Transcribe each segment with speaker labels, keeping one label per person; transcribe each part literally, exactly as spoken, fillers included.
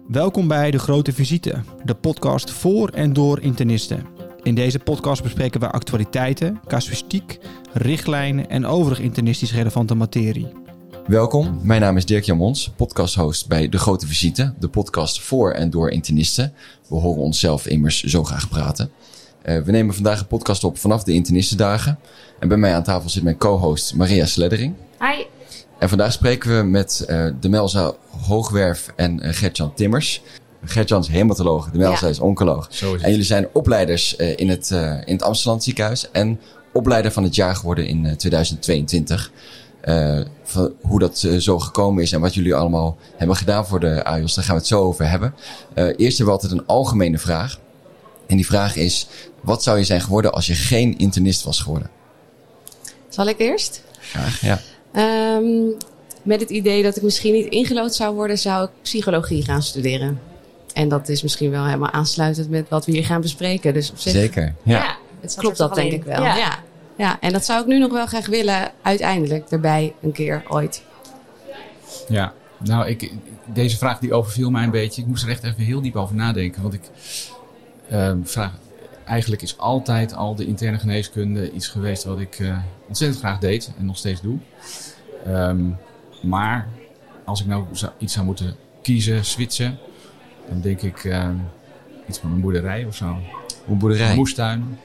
Speaker 1: Welkom bij De Grote Visite, de podcast voor en door internisten. In deze podcast bespreken we actualiteiten, casuïstiek, richtlijnen en overig internistisch relevante materie.
Speaker 2: Welkom, mijn naam is Dirk-Jan Mons, podcasthost bij De Grote Visite, de podcast voor en door internisten. We horen onszelf immers zo graag praten. Uh, we nemen vandaag een podcast op vanaf de internistendagen. En bij mij aan tafel zit mijn co-host Maria Sleddering.
Speaker 3: Hi.
Speaker 2: En vandaag spreken we met uh, de Melza Hoogwerf en uh, Gertjan Timmers. Gertjan is hematoloog, de Melza ja. is oncoloog. Zo is het. En jullie zijn opleiders uh, in, het, uh, in het Amsterdam ziekenhuis en opleider van het jaar geworden in uh, tweeduizend tweeëntwintig. Uh, van hoe dat uh, zo gekomen is en wat jullie allemaal hebben gedaan voor de A J O S, daar gaan we het zo over hebben. Uh, eerst hebben we altijd een algemene vraag. En die vraag is, wat zou je zijn geworden als je geen internist was geworden?
Speaker 3: Zal ik eerst?
Speaker 2: Graag, ja.
Speaker 3: Um, met het idee dat ik misschien niet ingelood zou worden, zou ik psychologie gaan studeren. En dat is misschien wel helemaal aansluitend met wat we hier gaan bespreken. Dus op zich,
Speaker 2: zeker, ja.
Speaker 3: ja het klopt dat denk ik wel. Ja. Ja. Ja, en dat zou ik nu nog wel graag willen, uiteindelijk, erbij een keer ooit.
Speaker 4: Ja, nou, ik, deze vraag die overviel mij een beetje. Ik moest er echt even heel diep over nadenken. Want ik uh, vraag, eigenlijk is altijd al de interne geneeskunde iets geweest wat ik uh, ontzettend graag deed en nog steeds doe. Um, maar als ik nou zou, iets zou moeten kiezen, switchen, dan denk ik uh, iets van een boerderij of zo.
Speaker 2: Een boerderij?
Speaker 4: Een moestuin.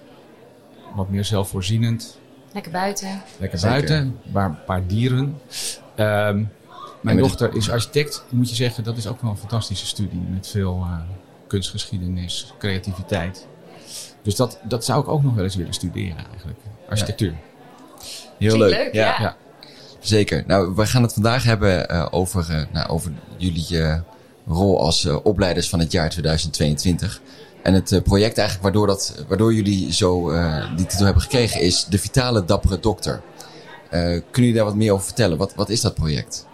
Speaker 4: Wat meer zelfvoorzienend.
Speaker 3: Lekker buiten.
Speaker 4: Lekker
Speaker 2: Zeker.
Speaker 4: buiten. Een paar, paar dieren. Um, mijn dochter is architect. Moet je zeggen, dat is ook wel een fantastische studie. Met veel uh, kunstgeschiedenis, creativiteit. Dus dat, dat zou ik ook nog wel eens willen studeren eigenlijk. Architectuur.
Speaker 2: Ja. Heel leuk.
Speaker 3: leuk.
Speaker 2: Ja.
Speaker 3: Ja.
Speaker 2: ja. Zeker. Nou, we gaan het vandaag hebben uh, over, uh, nou, over jullie uh, rol als uh, opleiders van het jaar tweeduizend tweeëntwintig. En het uh, project eigenlijk waardoor, dat, waardoor jullie zo uh, die titel hebben gekregen is De Vitale Dappere Dokter. Uh, kunnen jullie daar wat meer over vertellen? Wat, wat is dat project?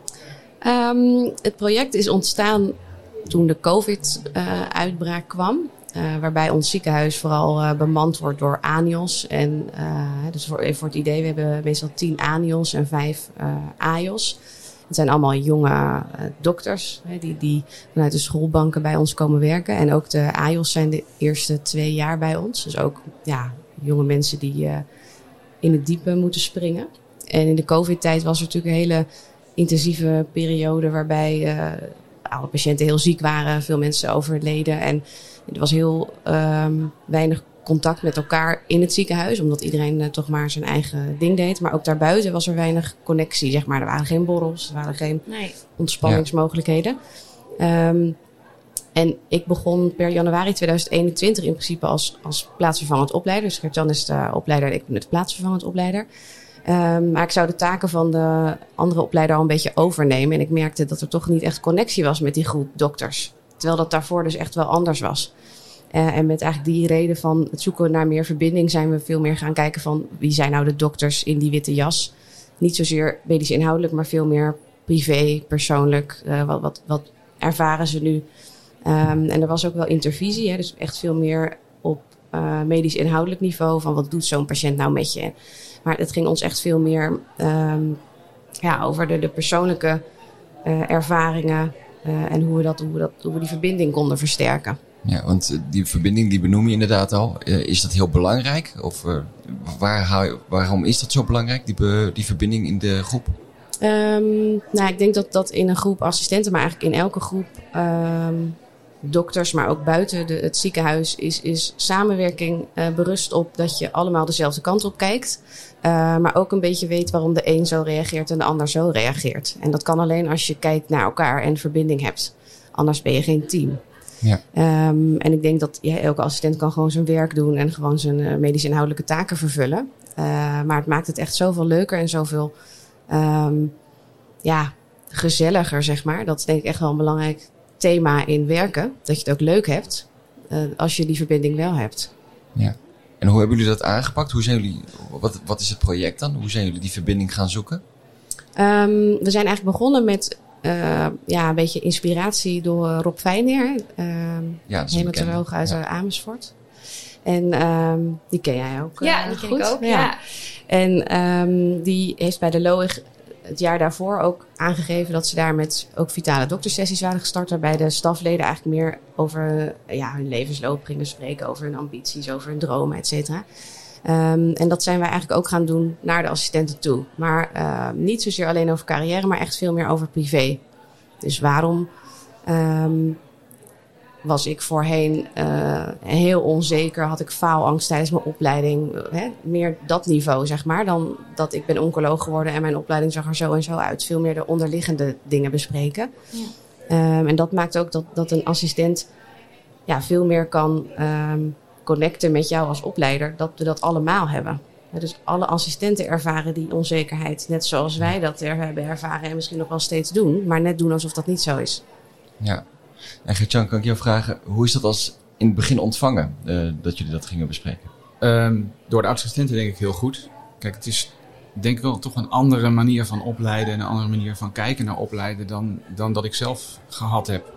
Speaker 3: Um, het project is ontstaan toen de COVID-uitbraak uh, kwam. Uh, waarbij ons ziekenhuis vooral uh, bemand wordt door A N I O S. En, uh, dus voor, even voor het idee, we hebben meestal tien A N I O S en vijf uh, A J O S. Het zijn allemaal jonge uh, dokters hè, die, die vanuit de schoolbanken bij ons komen werken. En ook de A J O S zijn de eerste twee jaar bij ons. Dus ook ja, jonge mensen die uh, in het diepe moeten springen. En in de COVID-tijd was er natuurlijk een hele intensieve periode waarbij uh, alle patiënten heel ziek waren. Veel mensen overleden. En er was heel um, weinig contact met elkaar in het ziekenhuis. Omdat iedereen uh, toch maar zijn eigen ding deed. Maar ook daarbuiten was er weinig connectie. Zeg maar. Er waren geen borrels. Er waren geen nee. ontspanningsmogelijkheden. Ja. Um, en ik begon per januari tweeduizend eenentwintig in principe als, als plaatsvervangend opleider. Dus Gertjan is de opleider en ik ben de plaatsvervangend opleider. Um, maar ik zou de taken van de andere opleider al een beetje overnemen. En ik merkte dat er toch niet echt connectie was met die groep dokters. Terwijl dat daarvoor dus echt wel anders was. Uh, en met eigenlijk die reden van het zoeken naar meer verbinding zijn we veel meer gaan kijken van wie zijn nou de dokters in die witte jas. Niet zozeer medisch inhoudelijk, maar veel meer privé, persoonlijk. Uh, wat, wat, wat ervaren ze nu? Um, en er was ook wel intervisie, hè, dus echt veel meer op uh, medisch inhoudelijk niveau van wat doet zo'n patiënt nou met je? Maar het ging ons echt veel meer um, ja, over de, de persoonlijke uh, ervaringen uh, en hoe we, dat, hoe, we dat, hoe we die verbinding konden versterken.
Speaker 2: Ja, want die verbinding die benoem je inderdaad al. Uh, is dat heel belangrijk? Of uh, waar hou je, waarom is dat zo belangrijk, die, be, die verbinding in de groep?
Speaker 3: Um, nou, ik denk dat dat in een groep assistenten, maar eigenlijk in elke groep um, dokters, maar ook buiten de, het ziekenhuis, is, is samenwerking uh, berust op dat je allemaal dezelfde kant op kijkt. Uh, maar ook een beetje weet waarom de een zo reageert en de ander zo reageert. En dat kan alleen als je kijkt naar elkaar en verbinding hebt. Anders ben je geen team.
Speaker 2: Ja.
Speaker 3: Um, en ik denk dat ja, elke assistent kan gewoon zijn werk doen en gewoon zijn uh, medisch inhoudelijke taken vervullen. Uh, maar het maakt het echt zoveel leuker en zoveel um, ja, gezelliger, zeg maar. Dat is denk ik echt wel een belangrijk thema in werken. Dat je het ook leuk hebt uh, als je die verbinding wel hebt.
Speaker 2: Ja. En hoe hebben jullie dat aangepakt? Hoe zijn jullie, wat, wat is het project dan? Hoe zijn jullie die verbinding gaan zoeken?
Speaker 3: Um, we zijn eigenlijk begonnen met uh, ja, een beetje inspiratie door Rob Fijneer. Um,
Speaker 2: ja,
Speaker 3: hematoloog uit ja. Amersfoort. En um, die ken jij ook.
Speaker 5: Ja,
Speaker 3: uh,
Speaker 5: die
Speaker 3: goed.
Speaker 5: ken ik ook. Ja.
Speaker 3: Ja. En um, die heeft bij de L O I G het jaar daarvoor ook aangegeven dat ze daar met ook vitale doktersessies waren gestart. Waarbij de stafleden eigenlijk meer over ja, hun levensloop gingen spreken. Over hun ambities, over hun dromen, et cetera. Um, en dat zijn wij eigenlijk ook gaan doen naar de assistenten toe. Maar uh, niet zozeer alleen over carrière, maar echt veel meer over privé. Dus waarom um, was ik voorheen uh, heel onzeker, had ik faalangst tijdens mijn opleiding. Hè? Meer dat niveau, zeg maar, dan dat ik ben oncoloog geworden en mijn opleiding zag er zo en zo uit. Veel meer de onderliggende dingen bespreken. Ja. Um, en dat maakt ook dat, dat een assistent ja, veel meer kan um, connecten met jou als opleider, dat we dat allemaal hebben. Ja, dus alle assistenten ervaren die onzekerheid, net zoals wij dat er hebben ervaren en misschien nog wel steeds doen, maar net doen alsof dat niet zo is.
Speaker 2: Ja. En Gert-Jan, kan ik jou vragen, hoe is dat als in het begin ontvangen, uh, dat jullie dat gingen bespreken?
Speaker 4: Um, door de assistenten denk ik heel goed. Kijk, het is denk ik wel toch een andere manier van opleiden en een andere manier van kijken naar opleiden dan, dan dat ik zelf gehad heb.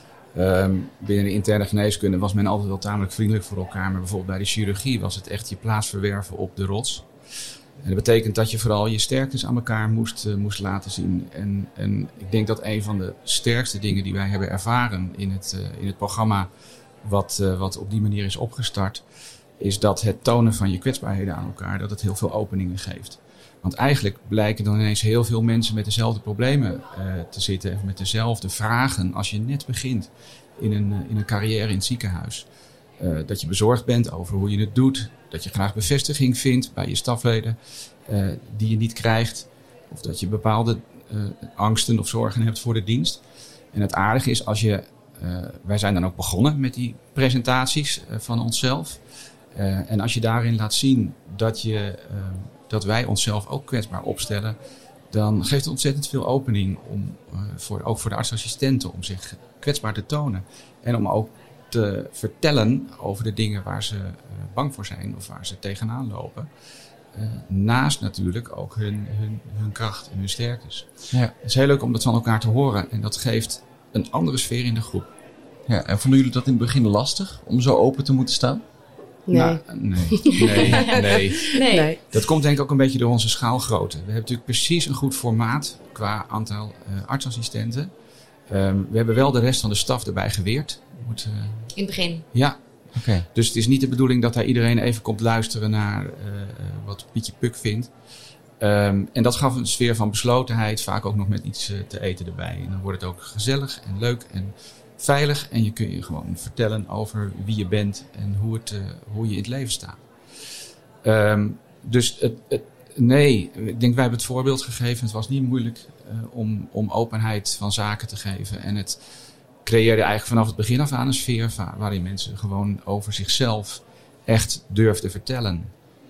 Speaker 4: Um, binnen de interne geneeskunde was men altijd wel tamelijk vriendelijk voor elkaar, maar bijvoorbeeld bij de chirurgie was het echt je plaats verwerven op de rots. En dat betekent dat je vooral je sterktes aan elkaar moest, uh, moest laten zien. En, en ik denk dat een van de sterkste dingen die wij hebben ervaren in het, uh, in het programma, wat, uh, wat op die manier is opgestart, is dat het tonen van je kwetsbaarheden aan elkaar, dat het heel veel openingen geeft. Want eigenlijk blijken dan ineens heel veel mensen met dezelfde problemen uh, te zitten, met dezelfde vragen als je net begint in een, uh, in een carrière in het ziekenhuis. Uh, dat je bezorgd bent over hoe je het doet. Dat je graag bevestiging vindt bij je stafleden uh, die je niet krijgt. Of dat je bepaalde uh, angsten of zorgen hebt voor de dienst. En het aardige is als je... Uh, wij zijn dan ook begonnen met die presentaties uh, van onszelf. Uh, en als je daarin laat zien dat, je, uh, dat wij onszelf ook kwetsbaar opstellen, dan geeft het ontzettend veel opening om, uh, voor, ook voor de artsassistenten om zich kwetsbaar te tonen. En om ook te vertellen over de dingen waar ze uh, bang voor zijn of waar ze tegenaan lopen. Uh, naast natuurlijk ook hun, hun, hun kracht en hun sterktes. Ja. Het is heel leuk om dat van elkaar te horen en dat geeft een andere sfeer in de groep.
Speaker 2: Ja, en vonden jullie dat in het begin lastig om zo open te moeten staan?
Speaker 3: Nee.
Speaker 4: Nou, nee, nee, nee.
Speaker 3: nee. nee.
Speaker 4: Dat komt denk ik ook een beetje door onze schaalgrootte. We hebben natuurlijk precies een goed formaat qua aantal uh, artsassistenten. Um, we hebben wel de rest van de staf erbij geweerd. Moet, uh,
Speaker 3: in het begin?
Speaker 4: Ja.
Speaker 2: Okay.
Speaker 4: Dus het is niet de bedoeling dat daar iedereen even komt luisteren naar uh, wat Pietje Puk vindt. Um, en dat gaf een sfeer van beslotenheid, vaak ook nog met iets uh, te eten erbij. En dan wordt het ook gezellig en leuk en veilig. En je kun je gewoon vertellen over wie je bent en hoe, het, uh, hoe je in het leven staat. Um, dus het, het, nee, ik denk wij hebben het voorbeeld gegeven. Het was niet moeilijk uh, om, om openheid van zaken te geven. En het creëerde eigenlijk vanaf het begin af aan een sfeer waarin mensen gewoon over zichzelf echt durfden vertellen.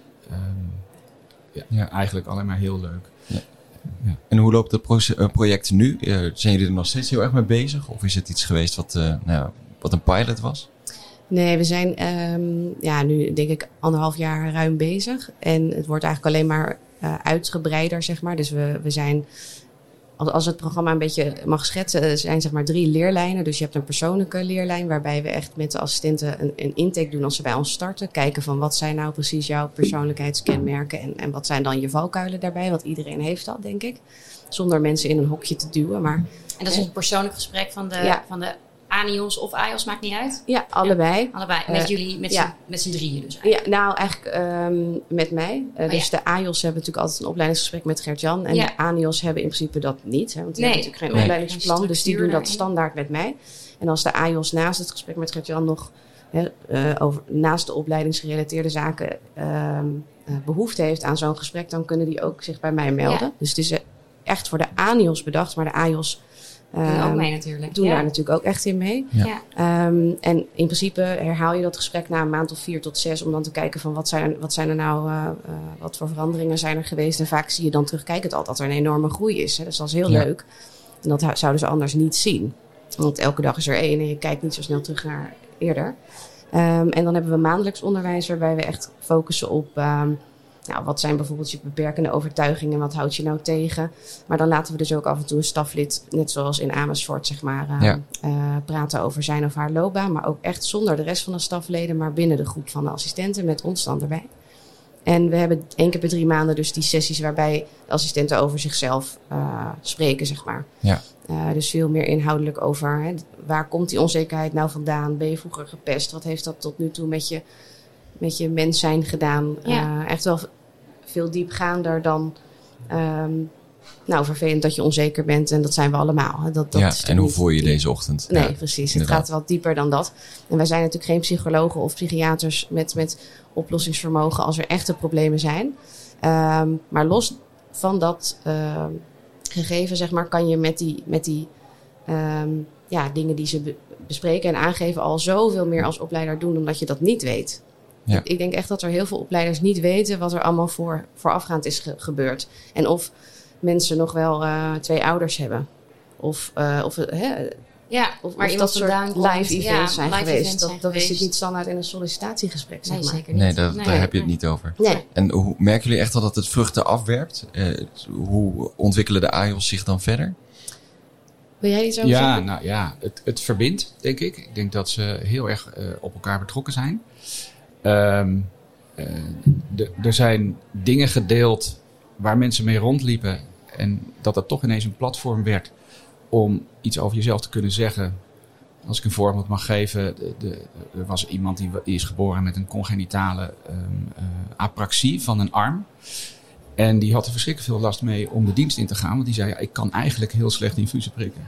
Speaker 4: Um, ja, ja, eigenlijk alleen maar heel leuk.
Speaker 2: Ja. Ja. En hoe loopt het pro- project nu? Uh, zijn jullie er nog steeds heel erg mee bezig? Of is het iets geweest wat, uh, nou ja, wat een pilot was?
Speaker 3: Nee, we zijn um, ja, nu denk ik anderhalf jaar ruim bezig. En het wordt eigenlijk alleen maar uh, uitgebreider, zeg maar. Dus we, we zijn, als, als het programma een beetje mag schetsen, zijn zeg maar drie leerlijnen. Dus je hebt een persoonlijke leerlijn waarbij we echt met de assistenten een, een intake doen als ze bij ons starten. Kijken van wat zijn nou precies jouw persoonlijkheidskenmerken en, en wat zijn dan je valkuilen daarbij. Want iedereen heeft dat, denk ik. Zonder mensen in een hokje te duwen. Maar,
Speaker 5: en dat is een persoonlijk gesprek van de, ja. van de ANIOS of A I O S, maakt niet uit?
Speaker 3: Ja, allebei.
Speaker 5: Ja, allebei. Met uh, jullie, met ja. z'n drieën dus eigenlijk.
Speaker 3: Ja, nou eigenlijk um, met mij. Uh, oh, dus ja. de A I O S hebben natuurlijk altijd een opleidingsgesprek met Gert-Jan. En ja. de ANIOS hebben in principe dat niet. Hè, want die nee. hebben natuurlijk geen nee. opleidingsplan. Dus die doen dat standaard met mij. En als de A I O S naast het gesprek met Gert-Jan nog hè, uh, over, naast de opleidingsgerelateerde zaken uh, uh, behoefte heeft aan zo'n gesprek, dan kunnen die ook zich bij mij melden. Ja. Dus het is uh, echt voor de ANIOS bedacht, maar de A I O S
Speaker 5: doen um, ook mee natuurlijk.
Speaker 3: Doen
Speaker 5: ja.
Speaker 3: daar natuurlijk ook echt in mee.
Speaker 5: Ja.
Speaker 3: Um, en in principe herhaal je dat gesprek na een maand of vier tot zes om dan te kijken van wat zijn er, wat zijn er nou, uh, uh, wat voor veranderingen zijn er geweest. En vaak zie je dan terugkijkend al dat er een enorme groei is. Hè. Dus dat is heel ja. leuk. En dat zouden ze anders niet zien. Want elke dag is er één en je kijkt niet zo snel terug naar eerder. Um, en dan hebben we maandelijks onderwijs waarbij we echt focussen op Um, Nou, wat zijn bijvoorbeeld je beperkende overtuigingen? Wat houdt je nou tegen? Maar dan laten we dus ook af en toe een staflid, net zoals in Amersfoort, zeg maar, uh, ja. uh, praten over zijn of haar loopbaan. Maar ook echt zonder de rest van de stafleden, maar binnen de groep van de assistenten met ons dan erbij. En we hebben één keer per drie maanden dus die sessies waarbij de assistenten over zichzelf uh, spreken, zeg maar.
Speaker 2: Ja.
Speaker 3: Uh, dus veel meer inhoudelijk over hè, waar komt die onzekerheid nou vandaan? Ben je vroeger gepest? Wat heeft dat tot nu toe met je, met je mens zijn gedaan? Ja. Uh, echt wel veel diepgaander dan... Um, nou, vervelend dat je onzeker bent en dat zijn we allemaal. Hè. Dat, dat
Speaker 2: ja,
Speaker 3: is
Speaker 2: en hoe
Speaker 3: niet,
Speaker 2: voel je deze ochtend?
Speaker 3: Nee,
Speaker 2: ja,
Speaker 3: precies.
Speaker 2: Inderdaad.
Speaker 3: Het gaat wat dieper dan dat. En wij zijn natuurlijk geen psychologen of psychiaters met, met oplossingsvermogen als er echte problemen zijn. Um, maar los van dat uh, gegeven, zeg maar, kan je met die, met die um, ja, dingen die ze be- bespreken en aangeven al zoveel meer als opleider doen, omdat je dat niet weet. Ja. Ik, ik denk echt dat er heel veel opleiders niet weten wat er allemaal voor, voorafgaand is ge- gebeurd. En of mensen nog wel uh, twee ouders hebben. Of, uh, of, hè,
Speaker 5: ja,
Speaker 3: of,
Speaker 5: maar
Speaker 3: of dat soort live
Speaker 5: komt.
Speaker 3: events
Speaker 5: ja,
Speaker 3: zijn
Speaker 5: live
Speaker 3: geweest.
Speaker 5: Events
Speaker 3: dat
Speaker 5: zijn
Speaker 3: dat
Speaker 5: geweest.
Speaker 3: zit niet standaard in een sollicitatiegesprek, zeg
Speaker 5: nee,
Speaker 3: maar.
Speaker 5: zeker niet.
Speaker 2: Nee, dat,
Speaker 5: nee,
Speaker 2: daar
Speaker 5: nee,
Speaker 2: heb je het
Speaker 5: nee.
Speaker 2: niet over.
Speaker 3: Nee.
Speaker 2: En hoe, merken jullie echt al dat het vruchten afwerpt? Uh, hoe ontwikkelen de A I Os zich dan verder?
Speaker 3: Wil jij iets over
Speaker 4: ja,
Speaker 3: zeggen?
Speaker 4: Nou ja, het, het verbindt, denk ik. Ik denk dat ze heel erg uh, op elkaar betrokken zijn. Um, uh, de, er zijn dingen gedeeld waar mensen mee rondliepen. En dat dat toch ineens een platform werd om iets over jezelf te kunnen zeggen. Als ik een voorbeeld mag geven. De, de, er was iemand die is geboren met een congenitale um, uh, apraxie van een arm. En die had er verschrikkelijk veel last mee om de dienst in te gaan. Want die zei, ja, ik kan eigenlijk heel slecht infusen prikken.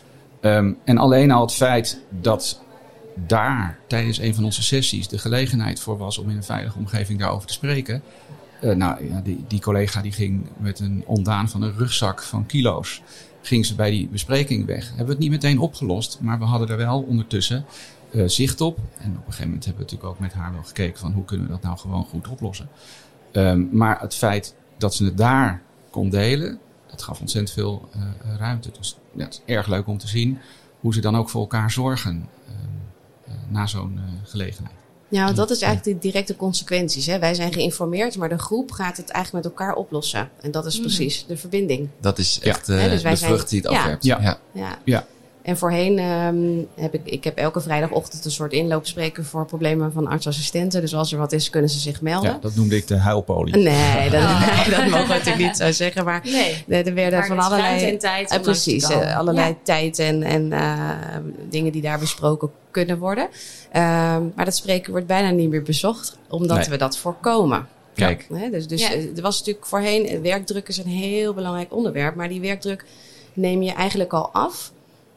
Speaker 4: Um, en alleen al het feit dat daar tijdens een van onze sessies de gelegenheid voor was om in een veilige omgeving daarover te spreken. Uh, nou ja, die, die collega die ging met een ontdaan van een rugzak van kilo's. Ging ze bij die bespreking weg. Hebben we het niet meteen opgelost. Maar we hadden er wel ondertussen uh, zicht op. En op een gegeven moment hebben we natuurlijk ook met haar wel gekeken van hoe kunnen we dat nou gewoon goed oplossen. Um, maar het feit dat ze het daar kon delen, dat gaf ontzettend veel uh, ruimte. Dus ja, het is erg leuk om te zien hoe ze dan ook voor elkaar zorgen uh, uh, na zo'n uh, gelegenheid.
Speaker 3: Ja, want dat is eigenlijk de directe consequenties. Hè? Wij zijn geïnformeerd, maar de groep gaat het eigenlijk met elkaar oplossen. En dat is mm. precies de verbinding.
Speaker 2: Dat is echt
Speaker 4: ja.
Speaker 2: uh,
Speaker 3: He, dus
Speaker 2: de
Speaker 3: zijn,
Speaker 2: vrucht die het
Speaker 3: ja.
Speaker 2: afwerpt.
Speaker 4: Ja.
Speaker 3: Ja. Ja.
Speaker 4: ja.
Speaker 3: En voorheen um, heb ik, ik heb elke vrijdagochtend een soort inloopspreker voor problemen van artsassistenten. Dus als er wat is, kunnen ze zich melden.
Speaker 4: Ja, dat noemde ik de huilpolie.
Speaker 3: Nee, dat, oh. nee, dat mogen we natuurlijk niet zo zeggen. Maar
Speaker 5: nee.
Speaker 3: er werden
Speaker 5: maar
Speaker 3: van allerlei
Speaker 5: en tijd.
Speaker 3: Uh, precies, uh, allerlei
Speaker 5: ja.
Speaker 3: tijd en, en uh, dingen die daar besproken kunnen worden. Uh, maar dat spreken wordt bijna niet meer bezocht, omdat nee. we dat voorkomen.
Speaker 2: Kijk.
Speaker 3: Ja, dus dus
Speaker 5: ja.
Speaker 3: er was natuurlijk voorheen, werkdruk is een heel belangrijk onderwerp. Maar die werkdruk neem je eigenlijk al af.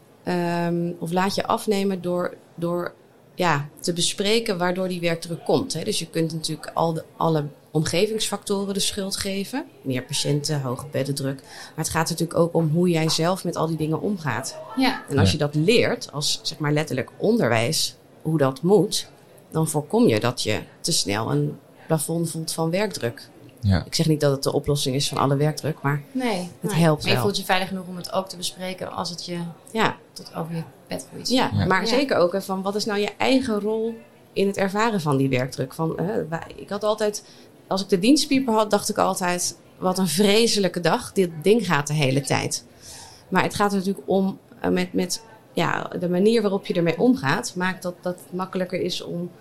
Speaker 3: Um, of laat je afnemen door, door ja, te bespreken waardoor die werkdruk komt. Hè. Dus je kunt natuurlijk al de, alle omgevingsfactoren de schuld geven. Meer patiënten, hoge beddendruk. Maar het gaat natuurlijk ook om hoe jij zelf met al die dingen omgaat.
Speaker 5: Ja.
Speaker 3: En als
Speaker 2: ja.
Speaker 3: je dat leert, als zeg maar letterlijk onderwijs, hoe dat moet, dan voorkom je dat je te snel een plafond voelt van werkdruk.
Speaker 2: Ja.
Speaker 3: Ik zeg niet dat het de oplossing is van alle werkdruk, maar
Speaker 5: nee,
Speaker 3: het
Speaker 5: nee.
Speaker 3: helpt
Speaker 5: maar je
Speaker 3: wel.
Speaker 5: voelt je veilig genoeg om het ook te bespreken als het je
Speaker 3: ja.
Speaker 5: tot over je bed groeit.
Speaker 3: Ja,
Speaker 2: ja.
Speaker 3: maar
Speaker 5: ja.
Speaker 3: zeker ook van wat is nou je eigen rol in het ervaren van die werkdruk. Van, uh, ik had altijd, als ik de dienstpieper had, dacht ik altijd, wat een vreselijke dag. Dit ding gaat de hele tijd. Maar het gaat er natuurlijk om uh, met, met ja, de manier waarop je ermee omgaat, maakt dat dat het makkelijker is om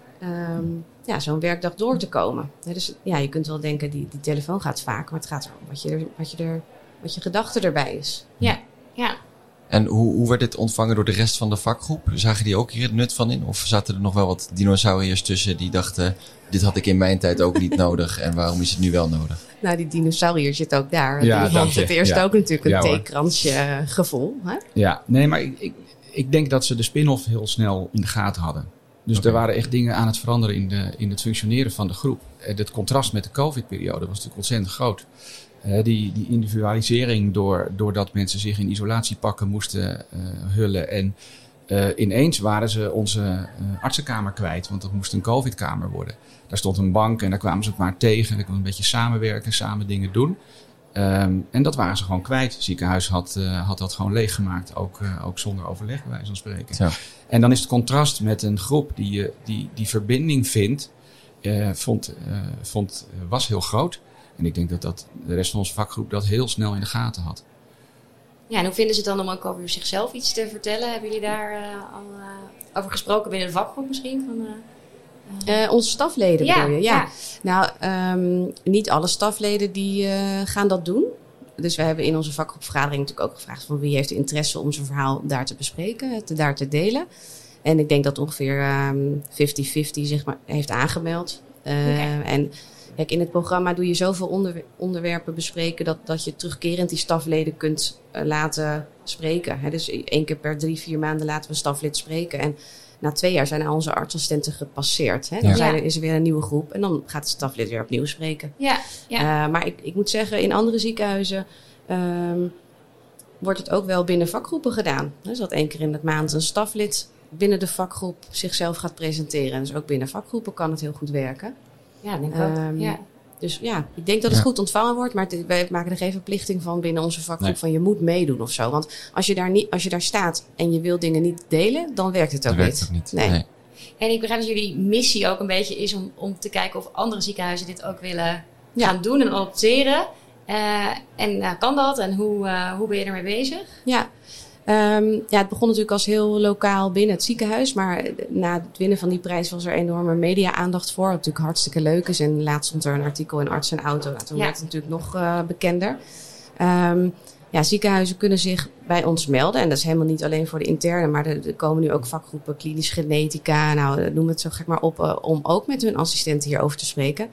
Speaker 3: um, ja, zo'n werkdag door te komen. Ja, dus ja, je kunt wel denken, die, die telefoon gaat vaak, maar het gaat erom wat je, er, wat je, er, wat je gedachte erbij is.
Speaker 5: Ja, ja.
Speaker 2: En hoe, hoe werd dit ontvangen door de rest van de vakgroep? Zagen die ook hier het nut van in? Of zaten er nog wel wat dinosauriërs tussen die dachten, dit had ik in mijn tijd ook niet nodig en waarom is het nu wel nodig?
Speaker 3: Nou, die dinosaurier zit ook daar.
Speaker 4: Ja,
Speaker 3: die had het eerst
Speaker 4: ja.
Speaker 3: ook natuurlijk een
Speaker 4: ja,
Speaker 3: theekransje gevoel. Hè?
Speaker 4: Ja, nee, maar ik, ik, ik denk dat ze de spin-off heel snel in de gaten hadden. Dus
Speaker 2: okay.
Speaker 4: er waren echt dingen aan het veranderen in, de, in het functioneren van de groep. En het contrast met de COVID-periode was natuurlijk ontzettend groot. Uh, die, die individualisering door, doordat mensen zich in isolatiepakken moesten uh, hullen. En uh, ineens waren ze onze uh, artsenkamer kwijt, want dat moest een COVID-kamer worden. Daar stond een bank en daar kwamen ze het maar tegen. Daar kon een beetje samenwerken, samen dingen doen. Um, en dat waren ze gewoon kwijt. Het ziekenhuis had, uh, had dat gewoon leeggemaakt, ook, uh, ook zonder overleg bij wijze van spreken.
Speaker 2: Zo.
Speaker 4: En dan is het contrast met een groep die uh, die, die verbinding vindt, uh, vond, uh, vond, uh, was heel groot. En ik denk dat, dat de rest van onze vakgroep dat heel snel in de gaten had.
Speaker 5: Ja, en hoe vinden ze het dan om ook over zichzelf iets te vertellen? Hebben jullie daar uh, al uh, over gesproken binnen de vakgroep misschien? Van, uh...
Speaker 3: Uh, onze stafleden
Speaker 5: ja,
Speaker 3: bedoel je? Ja.
Speaker 5: ja.
Speaker 3: Nou, um, niet alle stafleden die uh, gaan dat doen. Dus we hebben in onze vakgroepvergadering natuurlijk ook gevraagd van wie heeft de interesse om zijn verhaal daar te bespreken, te, daar te delen. En ik denk dat ongeveer um, vijftig vijftig zeg maar, heeft aangemeld. Uh, okay. En kijk, in het programma doe je zoveel onder, onderwerpen bespreken dat, dat je terugkerend die stafleden kunt uh, laten spreken. He, dus één keer per drie, vier maanden laten we een staflid spreken. En na twee jaar zijn al onze artsassistenten gepasseerd. Hè? Dan ja. zijn er, is er weer een nieuwe groep en dan gaat de staflid weer opnieuw spreken.
Speaker 5: Ja, ja.
Speaker 3: Uh, maar ik, ik moet zeggen, in andere ziekenhuizen um, wordt het ook wel binnen vakgroepen gedaan. Dus dat één keer in de maand een staflid binnen de vakgroep zichzelf gaat presenteren. Dus ook binnen vakgroepen kan het heel goed werken.
Speaker 5: Ja, denk ik ook.
Speaker 3: Um,
Speaker 5: ja.
Speaker 3: Dus ja, ik denk dat het
Speaker 2: ja.
Speaker 3: goed ontvangen wordt. Maar het, wij maken er geen verplichting van binnen onze vakgroep
Speaker 4: nee.
Speaker 3: van je moet meedoen of zo. Want als je daar, niet, als je daar staat en je wil dingen niet delen, dan werkt het ook
Speaker 2: dat
Speaker 3: niet.
Speaker 2: Werkt ook niet.
Speaker 3: Nee.
Speaker 2: nee.
Speaker 5: En ik begrijp dat jullie missie ook een beetje is om, om te kijken of andere ziekenhuizen dit ook willen
Speaker 3: Ja.
Speaker 5: gaan doen en adopteren. Uh, en uh, kan dat? En hoe, uh, hoe ben je ermee bezig?
Speaker 3: Ja. Um, ja, het begon natuurlijk als heel lokaal binnen het ziekenhuis. Maar na het winnen van die prijs was er enorme media-aandacht voor. Wat natuurlijk hartstikke leuk is. En laatst stond er een artikel in Arts en Auto. Nou, toen
Speaker 5: ja.
Speaker 3: werd het natuurlijk nog uh, bekender. Um, ja, ziekenhuizen kunnen zich bij ons melden. En dat is helemaal niet alleen voor de interne. Maar er, er komen nu ook vakgroepen klinisch genetica. Nou, noem het zo gek maar op. Uh, om ook met hun assistenten hierover te spreken.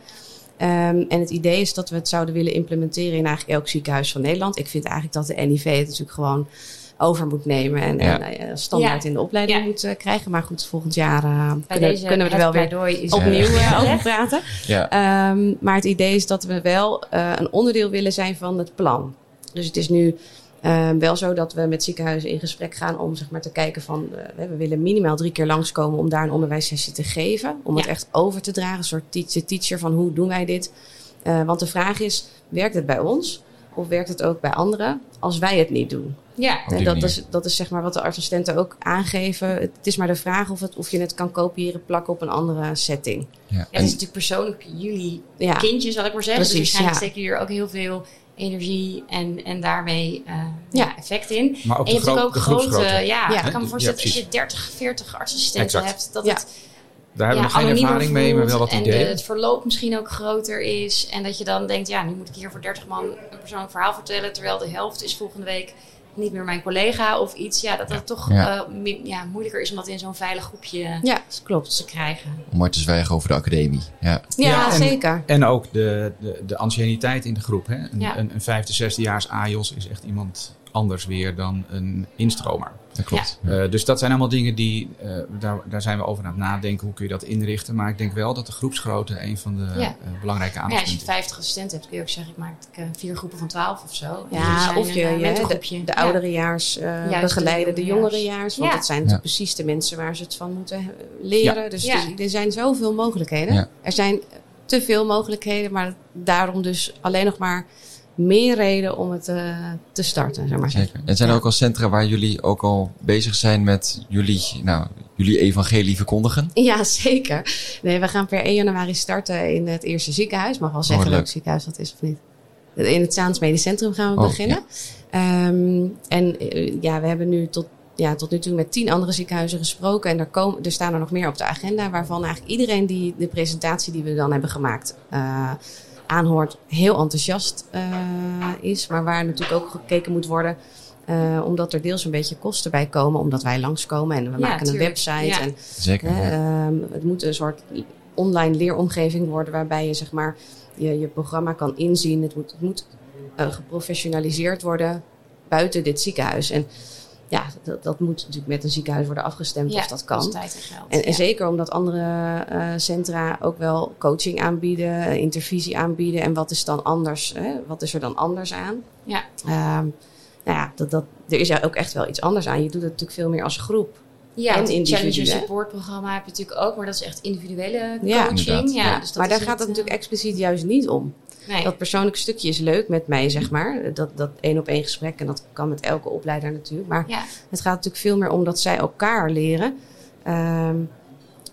Speaker 3: Um, en het idee is dat we het zouden willen implementeren in eigenlijk elk ziekenhuis van Nederland. Ik vind eigenlijk dat de N I V het natuurlijk gewoon over moet nemen en, ja. en uh, standaard ja. in de opleiding ja. moet uh, krijgen. Maar goed, volgend jaar uh, kunnen, kunnen we er wel weer opnieuw uh, over praten. Ja. Um, maar het idee is dat we wel uh, een onderdeel willen zijn van het plan. Dus het is nu uh, wel zo dat we met ziekenhuizen in gesprek gaan om zeg maar te kijken van uh, we willen minimaal drie keer langskomen om daar een onderwijssessie te geven. Om ja. het echt over te dragen, een soort teacher, teacher van hoe doen wij dit. Uh, want de vraag is, werkt het bij ons of werkt het ook bij anderen als wij het niet doen?
Speaker 5: Ja.
Speaker 3: En dat, is, dat is zeg maar wat de assistenten ook aangeven. Het is maar de vraag of, het, of je het kan kopiëren, plakken op een andere setting.
Speaker 5: Ja, ja, het is natuurlijk persoonlijk jullie ja. kindje, zal ik maar zeggen.
Speaker 3: Precies,
Speaker 5: dus waarschijnlijk
Speaker 3: ja.
Speaker 5: steken jullie er ook heel veel energie en, en daarmee uh,
Speaker 3: ja.
Speaker 5: ja, effect in.
Speaker 4: Maar ook
Speaker 5: en je
Speaker 4: de, gro-
Speaker 5: ook
Speaker 4: de
Speaker 5: grote,
Speaker 4: groepsgrootte.
Speaker 5: ja,
Speaker 3: ja.
Speaker 5: ik kan me voorstellen
Speaker 4: ja,
Speaker 5: als je dertig, veertig artsassistenten
Speaker 4: exact.
Speaker 5: hebt, dat
Speaker 3: ja.
Speaker 5: het
Speaker 4: daar hebben we
Speaker 5: ja,
Speaker 4: nog geen ervaring mee, maar wel wat
Speaker 5: en
Speaker 4: ideeën.
Speaker 5: En het verloop misschien ook groter is. En dat je dan denkt, ja, nu moet ik hier voor dertig man een persoonlijk verhaal vertellen. Terwijl de helft is volgende week niet meer mijn collega of iets. Ja, dat dat toch ja. Uh, min, ja, moeilijker is om dat in zo'n veilig groepje
Speaker 3: ja, klopt.
Speaker 5: te krijgen.
Speaker 2: Om maar te zwijgen over de academie. Ja,
Speaker 3: ja,
Speaker 4: ja en,
Speaker 3: zeker.
Speaker 4: En ook de, de, de anciëniteit in de groep. Hè? Een,
Speaker 5: ja.
Speaker 4: een, een vijfde, zesdejaars A I O S is echt iemand anders weer dan een instromer.
Speaker 2: Dat klopt.
Speaker 4: Ja. Uh, dus dat zijn allemaal dingen die, uh, daar, daar zijn we over aan het nadenken. Hoe kun je dat inrichten? Maar ik denk wel dat de groepsgrootte een van de
Speaker 5: ja.
Speaker 4: uh, belangrijke
Speaker 5: aandachtspunten is. Ja, als je vijftig assistenten hebt, kun je ook zeggen, ik maak uh, vier groepen van twaalf of zo.
Speaker 3: Ja, of je,
Speaker 5: een,
Speaker 3: je
Speaker 5: uh,
Speaker 3: de, de ouderejaars uh, begeleiden, de jongerejaars. Want
Speaker 5: ja.
Speaker 3: dat zijn natuurlijk ja. precies de mensen waar ze het van moeten leren. Ja. Dus, ja. dus er zijn zoveel mogelijkheden. Ja. Er zijn te veel mogelijkheden, maar daarom dus alleen nog maar meer reden om het uh, te starten, zeg maar.
Speaker 2: Zeker. En zijn er ja. ook al centra waar jullie ook al bezig zijn met jullie, nou, jullie evangelie verkondigen?
Speaker 3: Ja, zeker. Nee, we gaan per één januari starten in het eerste ziekenhuis. Mag wel zeggen oh, welk ziekenhuis dat is of niet. In het Zaans Medisch Centrum gaan we oh, beginnen. Ja. Um, en uh, ja, we hebben nu tot, ja, tot nu toe met tien andere ziekenhuizen gesproken. En er, komen, er staan er nog meer op de agenda, waarvan eigenlijk iedereen die de presentatie die we dan hebben gemaakt Uh, aanhoort, heel enthousiast uh, is. Maar waar natuurlijk ook gekeken moet worden. Uh, omdat er deels een beetje kosten bij komen. Omdat wij langskomen en we ja, maken tuurlijk. een website.
Speaker 5: Ja.
Speaker 3: En,
Speaker 2: Zeker.
Speaker 3: Uh, ja. uh, het moet een soort online leeromgeving worden. Waarbij je zeg maar je, je programma kan inzien. Het moet, het moet uh, geprofessionaliseerd worden buiten dit ziekenhuis. En ja, dat, dat moet natuurlijk met een ziekenhuis worden afgestemd
Speaker 5: ja,
Speaker 3: of dat kan.
Speaker 5: Dat is tijd en geld.
Speaker 3: En,
Speaker 5: ja.
Speaker 3: en zeker omdat andere uh, centra ook wel coaching aanbieden, intervisie aanbieden. En wat is dan anders? Hè? Wat is er dan anders aan?
Speaker 5: Ja.
Speaker 3: Um, nou ja, dat, dat, er is ja ook echt wel iets anders aan. Je doet het natuurlijk veel meer als groep.
Speaker 5: Ja,
Speaker 3: en
Speaker 5: het Challenge Support programma heb je natuurlijk ook, maar dat is echt individuele coaching.
Speaker 3: Ja,
Speaker 5: ja,
Speaker 3: ja.
Speaker 5: Dus dat
Speaker 3: maar daar
Speaker 5: gaat
Speaker 3: het
Speaker 5: uh,
Speaker 3: natuurlijk expliciet juist niet om.
Speaker 5: Nee.
Speaker 3: Dat persoonlijke stukje is leuk met mij, zeg maar. Dat, dat één op één gesprek. En dat kan met elke opleider natuurlijk. Maar
Speaker 5: ja.
Speaker 3: het gaat natuurlijk veel meer om dat zij elkaar leren. Um,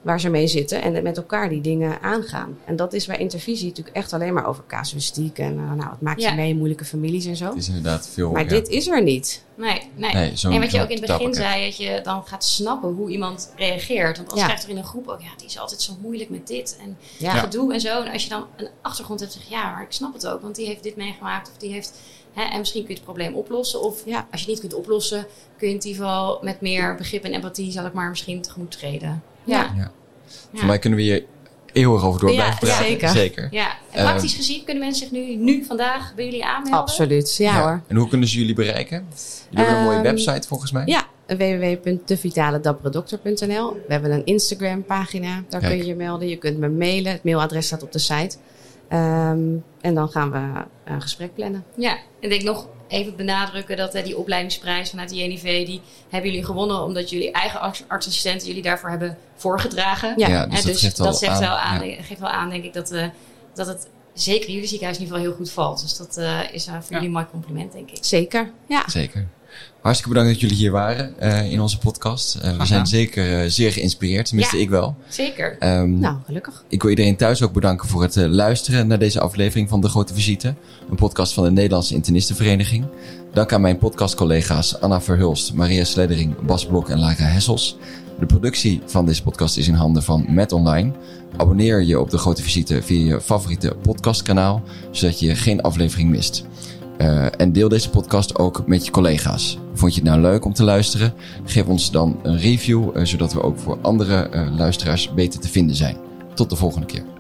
Speaker 3: waar ze mee zitten en met elkaar die dingen aangaan. En dat is bij intervisie natuurlijk echt alleen maar over casuïstiek en uh, nou, wat maakt je ja. mee, moeilijke families en zo.
Speaker 2: Het is inderdaad veel.
Speaker 3: Maar ja. dit is er niet.
Speaker 5: Nee, nee.
Speaker 2: nee
Speaker 5: en wat je ook in het begin zei, dat je dan gaat snappen hoe iemand reageert. Want als ja. krijgt er in een groep ook, ja, die is altijd zo moeilijk met dit en ja. gedoe en zo. En als je dan een achtergrond hebt, zeg je, ja, maar ik snap het ook, want die heeft dit meegemaakt of die heeft. Hè, en misschien kun je het probleem oplossen. Of ja. als je het niet kunt oplossen, kun je in ieder geval met meer begrip en empathie, zal ik maar misschien tegemoet treden. Ja.
Speaker 2: ja. ja. ja. Voor mij kunnen we hier eeuwig over door blijven praten.
Speaker 3: Ja, zeker.
Speaker 2: zeker.
Speaker 5: Ja. En praktisch uh, gezien kunnen mensen zich nu, nu vandaag bij jullie aanmelden?
Speaker 3: Absoluut, ja, ja hoor.
Speaker 2: En hoe kunnen ze jullie bereiken? Jullie hebben um, een mooie website volgens mij.
Speaker 3: Ja, w w w punt de vitale dappere dokter punt n l. We hebben een Instagram pagina, daar Kijk. kun je je melden. Je kunt me mailen, het mailadres staat op de site. Um, en dan gaan we een gesprek plannen.
Speaker 5: Ja, en ik nog even benadrukken dat uh, die opleidingsprijs vanuit de J N I V, die hebben jullie gewonnen omdat jullie eigen artsassistenten jullie daarvoor hebben voorgedragen.
Speaker 2: Ja, ja dus,
Speaker 5: en
Speaker 2: dat,
Speaker 5: dus
Speaker 2: geeft,
Speaker 5: dat
Speaker 2: wel
Speaker 5: zegt
Speaker 2: aan,
Speaker 5: wel aan,
Speaker 2: ja.
Speaker 5: geeft wel aan, denk ik, dat, uh, dat het zeker jullie ziekenhuis in ieder geval heel goed valt. Dus dat uh, is uh, voor ja. jullie een mooi compliment, denk ik.
Speaker 3: Zeker, ja.
Speaker 2: Zeker. Hartstikke bedankt dat jullie hier waren uh, in onze podcast. Uh, we Aha. zijn zeker uh, zeer geïnspireerd, tenminste ja, ik wel.
Speaker 5: Zeker.
Speaker 2: Um,
Speaker 3: nou, gelukkig.
Speaker 2: Ik wil iedereen thuis ook bedanken voor het uh, luisteren naar deze aflevering van De Grote Visite. Een podcast van de Nederlandse Internistenvereniging. Dank aan mijn podcastcollega's Anna Verhulst, Maria Sleddering, Bas Blok en Lara Hessels. De productie van deze podcast is in handen van Met Online. Abonneer je op De Grote Visite via je favoriete podcastkanaal, zodat je geen aflevering mist. Uh, en deel deze podcast ook met je collega's. Vond je het nou leuk om te luisteren? Geef ons dan een review, uh, zodat we ook voor andere uh, luisteraars beter te vinden zijn. Tot de volgende keer.